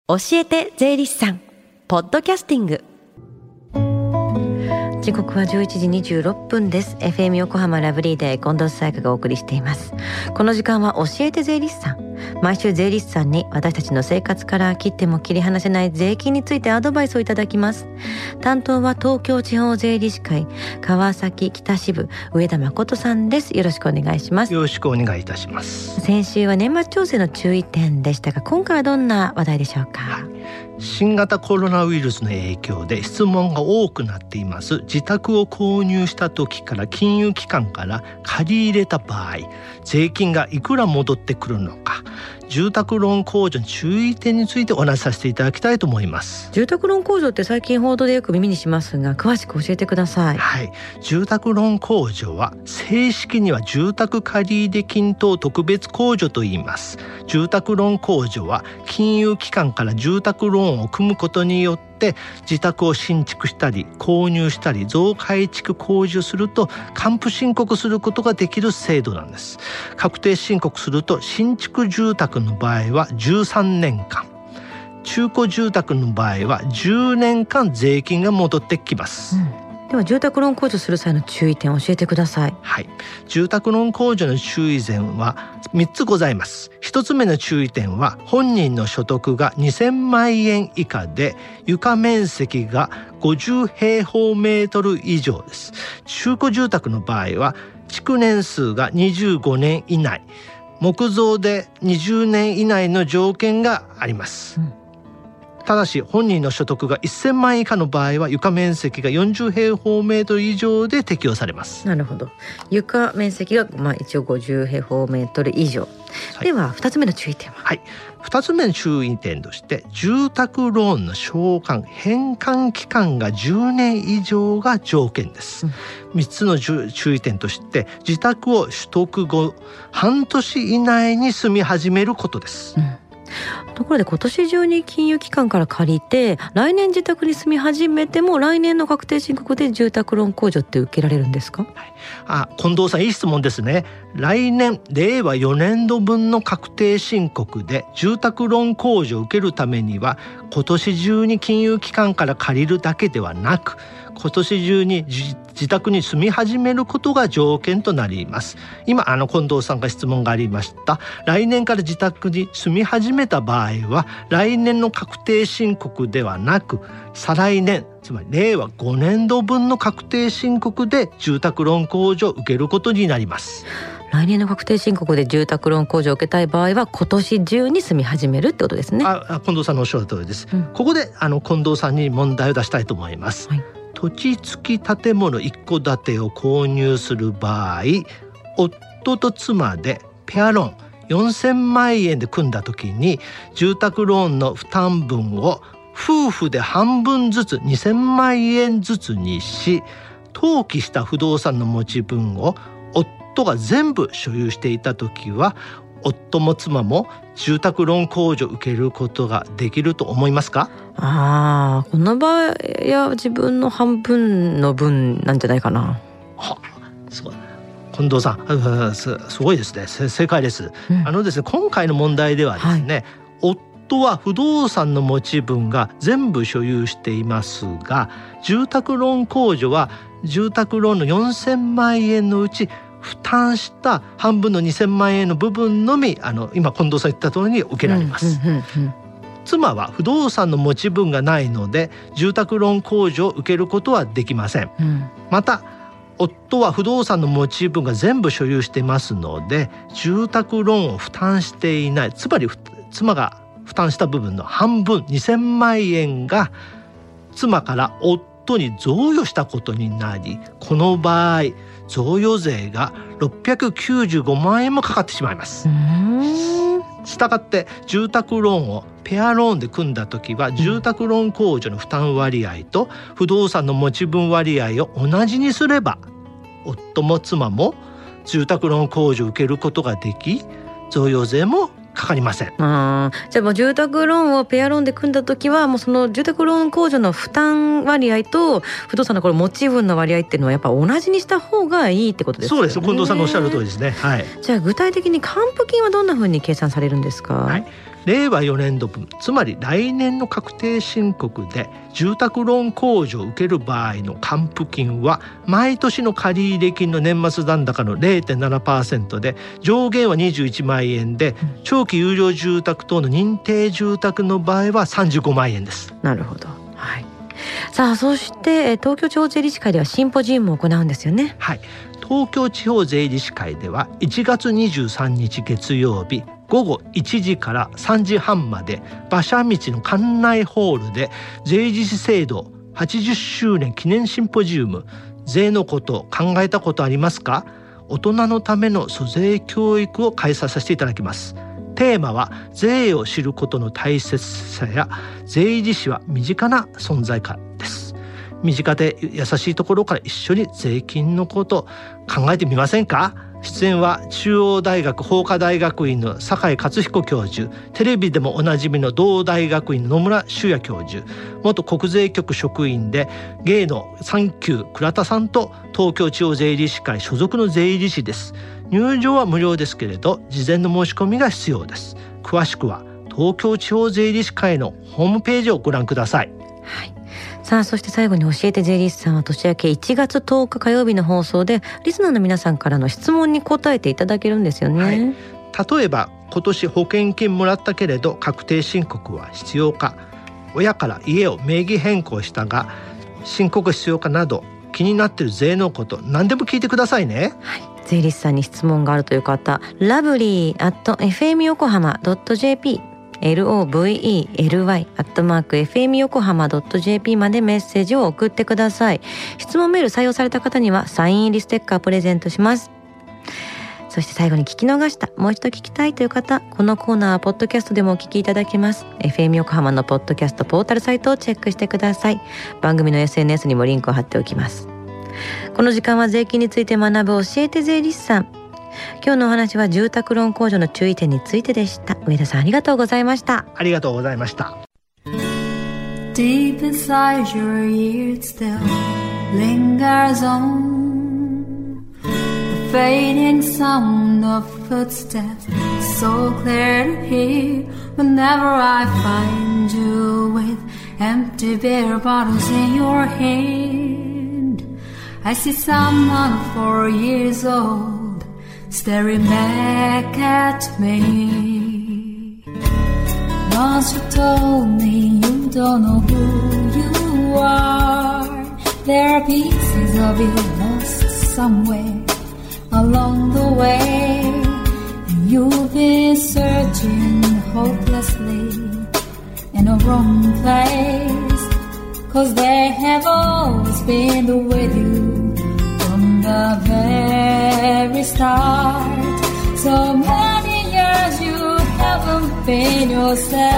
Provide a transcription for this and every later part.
教えて税理士さんポッドキャスティング。時刻は11時26分です。 FM 横浜ラブリーで近藤紗友香がお送りしています。この時間は教えて税理士さん。毎週税理士さんに私たちの生活から切っても切り離せない税金についてアドバイスをいただきます。担当は東京地方税理士会川崎北支部上田誠さんです。よろしくお願いします。 よろしくお願いいたします。 先週は年末調整の注意点でしたが、今回はどんな話題でしょうか。 新型コロナウイルスの影響で質問が多くなっています。自宅を購入した時から金融機関から借り入れた場合、税金がいくら戻ってくるのか、住宅ローン控除の注意点についてお話しさせていただきたいと思います。 住宅ローン控除って最近報道でよく耳にしますが、詳しく教えてください。 はい、住宅ローン控除は正式には住宅借入金等特別控除と言います。住宅ローン控除は金融機関から住宅ローンを組むことによって自宅を新築したり購入したり増改築工事をすると還付申告することができる制度なんです。確定申告すると新築住宅の場合は13年間、中古住宅の場合は10年間税金が戻ってきます。 では住宅ローン控除する際の注意点を教えてください。 はい、住宅ローン控除の注意点は3つございます。1つ目の注意点は本人の所得が2000万円以下で床面積が50平方メートル以上です。中古住宅の場合は築年数が25年以内、木造で20年以内の条件があります。ただし本人の所得が1000万円以下の場合は床面積が40平方メートル以上で適用されます。 なるほど。床面積が一応50平方メートル以上、はい、では2つ目の注意点は。 はい、2つ目の注意点として住宅ローンの償還返還期間が10年以上が条件です。3つの注意点として自宅を取得後半年以内に住み始めることです。 ところで今年中に金融機関から借りて来年自宅に住み始めても来年の確定申告で住宅ローン控除って受けられるんですか。 近藤さん、いい質問ですね。来年令和4年度分の確定申告で住宅ローン控除を受けるためには今年中に金融機関から借りるだけではなく今年中に自宅に住み始めることが条件となります。今近藤さんが質問がありました来年から自宅に住み始めた場合は来年の確定申告ではなく再来年、つまり令和5年度分の確定申告で住宅ローン控除を受けることになります。 来年の確定申告で住宅ローン控除を受けたい場合は今年中に住み始めるってことですね。 近藤さんのおっしゃる通りです。ここで近藤さんに問題を出したいと思います。土地付き建物一戸建てを購入する場合、夫と妻でペアローン4000万円で組んだ時に住宅ローンの負担分を夫婦で半分ずつ2000万円ずつにし、登記した不動産の持ち分を夫が全部所有していた時は夫も妻も住宅ローン控除を受けることができると思いますか。 この場合や自分の半分の分なんじゃないかな。 すごい、近藤さん、すごいですね。正解です。ですね、今回の問題ではですね、夫は不動産の持ち分が全部所有していますが、住宅ローン控除は住宅ローンの4000万円のうち負担した半分の2000万円の部分のみ今近藤さん言った通りに受けられます。妻は不動産の持ち分がないので住宅ローン控除を受けることはできません。また夫は不動産の持ち分が全部所有していますので住宅ローンを負担していない、つまり妻が負担した部分の半分2000万円が妻から夫に贈与したことになり、この場合贈与税が695万円もかかってしまいます。したがって住宅ローンをペアローンで組んだ時は住宅ローン控除の負担割合と不動産の持ち分割合を同じにすれば夫も妻も住宅ローン控除を受けることができ贈与税もかかりません。 じゃあもう住宅ローンをペアローンで組んだ時はもうその住宅ローン控除の負担割合と不動産のこの持ち分の割合っていうのはやっぱ同じにした方がいいってことですよね。 そうです、近藤さんのおっしゃる通りですね。 じゃあ具体的に還付金はどんな風に計算されるんですか。 令和4年度分、つまり来年の確定申告で住宅ローン控除を受ける場合の還付金は毎年の借入金の年末残高の 0.7% で、上限は21万円で、長期有料住宅等の認定住宅の場合は35万円です。 なるほど、はい。さあ、そして東京地方税理士会ではシンポジウムを行うんですよね。 はい、東京地方税理士会では1月23日月曜日午後1時から3時半まで馬車道の館内ホールで税理士制度80周年記念シンポジウム、税のこと考えたことありますか？大人のための租税教育を開催させていただきます。テーマは税を知ることの大切さや税理士は身近な存在かです。身近で優しいところから一緒に税金のこと考えてみませんか？出演は中央大学法科大学院の酒井克彦教授、テレビでもおなじみの同大学院の野村修也教授、元国税局職員で芸の三級倉田さんと東京地方税理士会所属の税理士です。入場は無料ですけれど事前の申し込みが必要です。詳しくは東京地方税理士会のホームページをご覧ください。 はい。さあ、そして最後に教えて税理士さんは年明け1月10日火曜日の放送でリスナーの皆さんからの質問に答えていただけるんですよね。はい、 例えば今年保険金もらったけれど確定申告は必要か、親から家を名義変更したが申告必要かなど気になっている税のこと何でも聞いてくださいね。 はい、税理士さんに質問があるという方、lovely@fmyokohama.jp lovely@fmyokohama.jp までメッセージを送ってください。質問メール採用された方にはサイン入りステッカープレゼントします。そして最後に聞き逃した、もう一度聞きたいという方、このコーナーはポッドキャストでもお聞きいただけます。 FM 横浜のポッドキャストポータルサイトをチェックしてください。番組の SNS にもリンクを貼っておきます。この時間は税金について学ぶ教えて税理士さん。今日のお話は住宅ローン控除の注意点についてでした。上田さん、ありがとうございました。 ありがとうございました。 Deep inside your ears still lingers on the fading sound of footsteps, so clear to hear whenever I find you with empty beer bottles in your hand. I see someone 4 years old staring back at me. Once you told me you don't know who you are. There are pieces of you lost somewhere along the way, and you've been searching hopelessly in a wrong place, 'cause they have always been with you from the very start. So many years you haven't been yourself.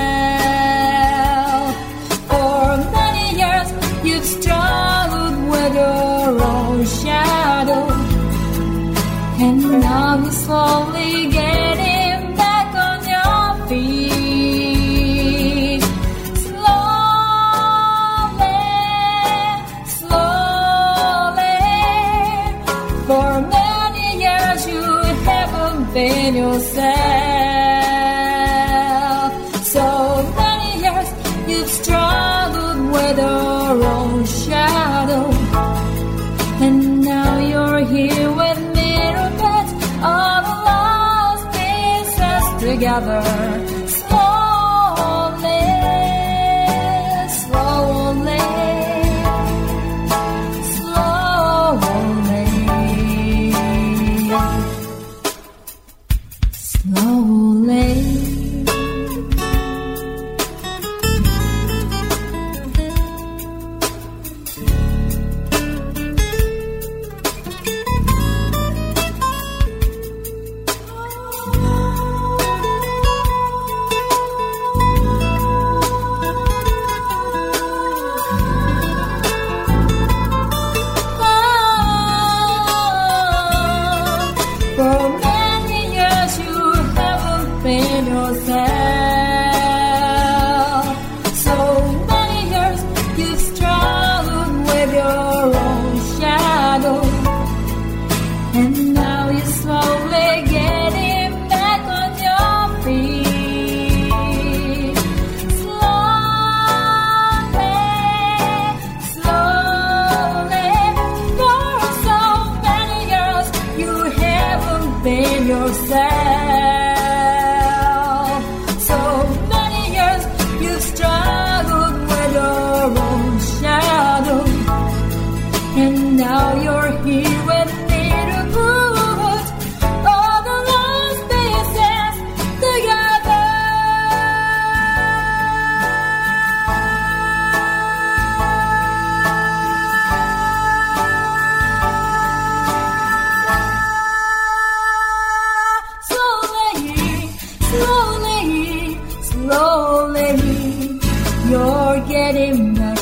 For many years you've struggled with your own shadow, and now you're slowly getting back on your feet. For many years you haven't been yourself. So many years you've struggled with your own shadow, and now you're here with mirror beds, all the lost pieces together. Slowly, slowly, slowly, slowly. getting back